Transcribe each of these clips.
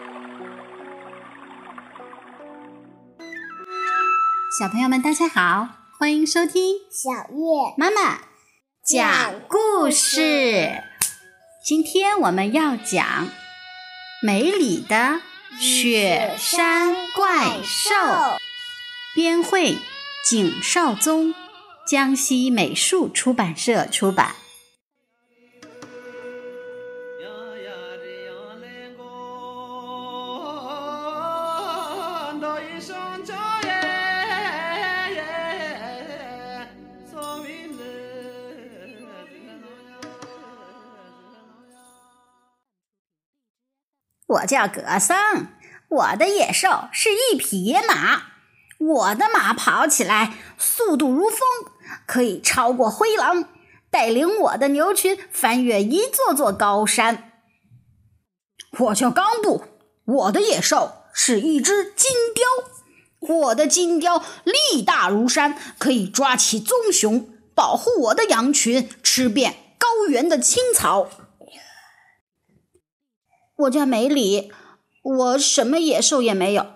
小朋友们大家好，欢迎收听小月妈妈讲故事。今天我们要讲梅里的雪山怪兽，编绘景绍宗，江西美术出版社出版。我叫格桑，我的野兽是一匹野马，我的马跑起来速度如风，可以超过灰狼，带领我的牛群翻越一座座高山。我叫冈布，我的野兽是一只金雕，我的金雕力大如山，可以抓起棕熊，保护我的羊群吃遍高原的青草。我叫梅里，我什么野兽也没有。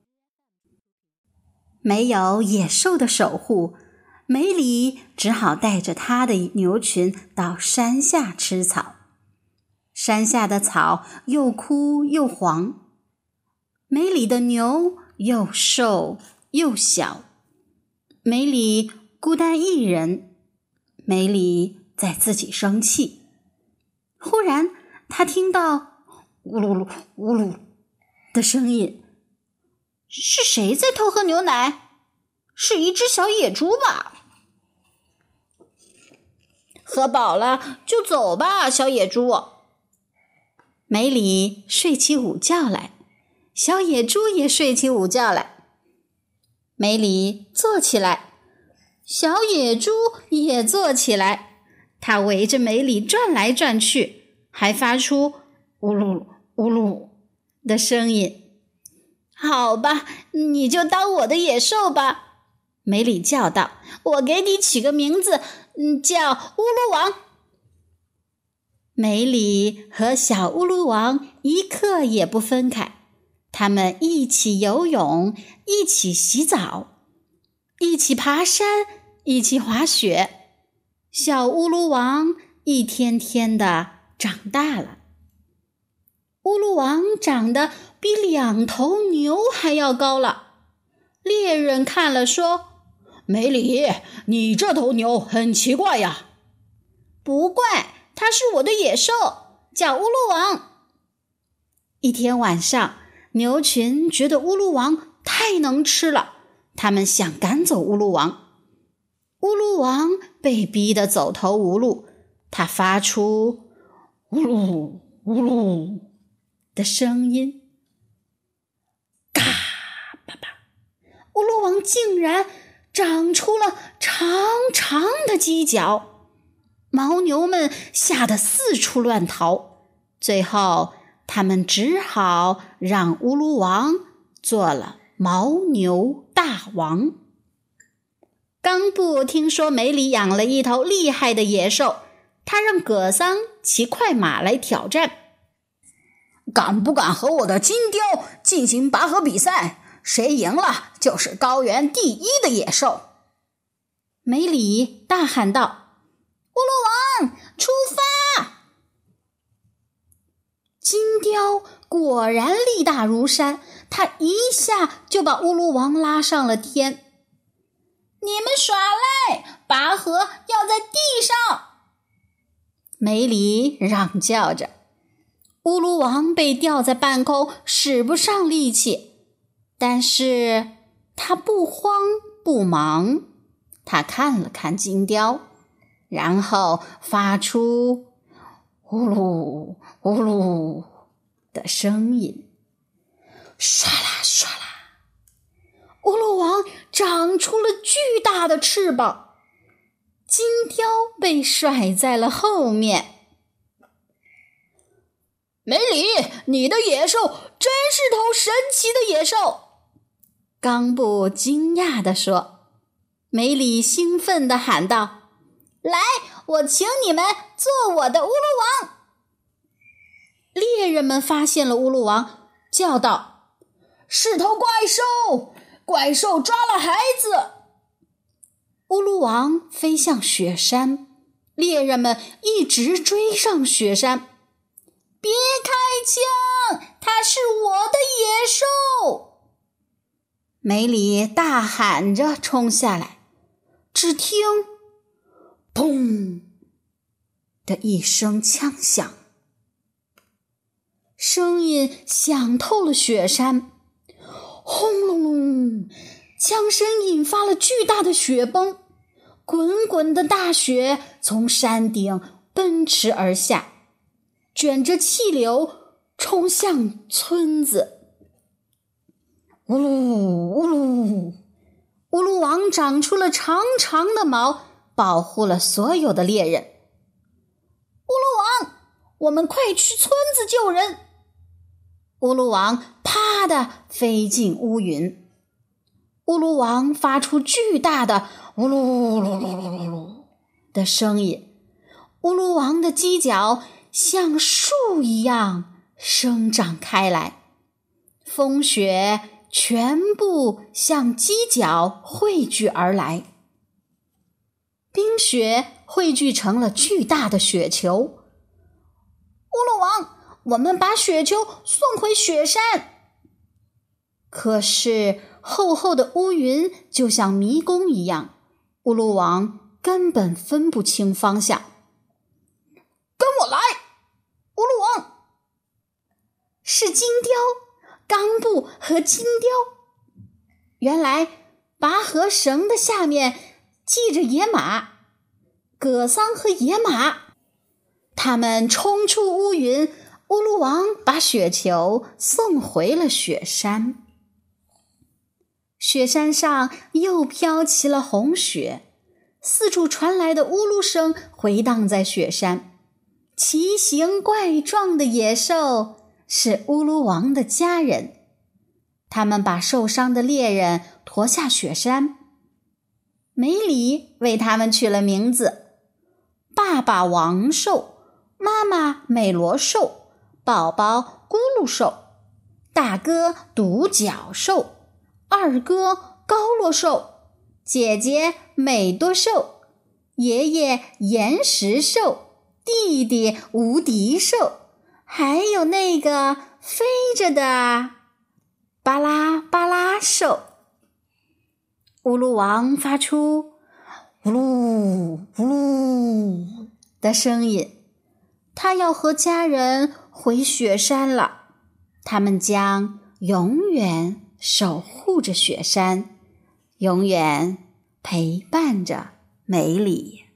没有野兽的守护，梅里只好带着他的牛群到山下吃草。山下的草又枯又黄，梅里的牛又瘦又小，梅里孤单一人，梅里在自己生气。忽然他听到呜噜噜呜噜的声音，是谁在偷喝牛奶？是一只小野猪吧？喝饱了就走吧，小野猪。梅里睡起午觉来，小野猪也睡起午觉来。梅里坐起来，小野猪也坐起来，它围着梅里转来转去，还发出呜噜呜噜的声音。好吧，你就当我的野兽吧，梅里叫道，我给你起个名字，叫乌噜王。梅里和小乌噜王一刻也不分开，他们一起游泳，一起洗澡，一起爬山，一起滑雪。小乌噜王一天天的长大了。乌噜王长得比2头牛还要高了，猎人看了说，梅里，你这头牛很奇怪呀。不怪，它是我的野兽，叫乌噜王。一天晚上，牛群觉得乌噜王太能吃了，他们想赶走乌噜王。乌噜王被逼得走投无路，他发出呜噜呜噜的声音，嘎巴巴，乌噜王竟然长出了长长的犄角，牦牛们吓得四处乱逃，最后他们只好让乌噜王做了牦牛大王。冈布听说梅里养了一头厉害的野兽，他让葛桑骑快马来挑战。敢不敢和我的金雕进行拔河比赛？谁赢了就是高原第一的野兽。梅里大喊道，乌噜王出发！金雕果然力大如山，他一下就把乌噜王拉上了天。你们耍赖，拔河要在地上！梅里嚷叫着。乌噜王被吊在半空，使不上力气，但是他不慌不忙，他看了看金雕，然后发出呼噜呼噜的声音，唰啦唰啦，乌噜王长出了巨大的翅膀，金雕被甩在了后面。梅里，你的野兽真是头神奇的野兽！冈布惊讶地说。梅里兴奋地喊道，来，我请你们做我的乌噜王！猎人们发现了乌噜王， 叫道：“ 是头怪兽！怪兽抓了孩子！” 乌鲁王飞向雪山，猎人们一直追上雪山。 别开枪，它是我的野兽！ 梅里大喊着冲下来，只听砰的一声枪响，声音响透了雪山。轰隆隆，枪声引发了巨大的雪崩，滚滚的大雪从山顶奔驰而下，卷着气流冲向村子。呜噜呜噜，乌鲁王长出了长长的毛，保护了所有的猎人。 乌鲁王，我们快去村子救人！ 乌鲁王啪地飞进乌云。乌鲁王发出巨大的呜噜噜噜噜噜噜的声音，乌鲁王的犄角像树一样生长开来，风雪全部向犄角汇聚而来，冰雪汇聚成了巨大的雪球。 乌鲁王，我们把雪球送回雪山。 可是厚厚的乌云就像迷宫一样，乌鲁王根本分不清方向。 跟我来，乌鲁王！ 是金雕、冈布和金雕。原来拔河绳的下面系着野马，葛桑和野马。他们冲出乌云，乌鲁王把雪球送回了雪山。雪山上又飘起了红雪，四处传来的呜噜声回荡在雪山。奇形怪状的野兽是乌鲁王的家人，他们把受伤的猎人驮下雪山。梅里为他们取了名字：爸爸王兽，妈妈美罗兽，宝宝咕噜兽，大哥独角兽，二哥高洛兽，姐姐美多兽，爷爷岩石兽，弟弟无敌兽，还有那个飞着的巴拉巴拉兽。乌鲁王发出呜噜呜噜的声音，他要和家人回雪山了，他们将永远守护着雪山，永远陪伴着梅里。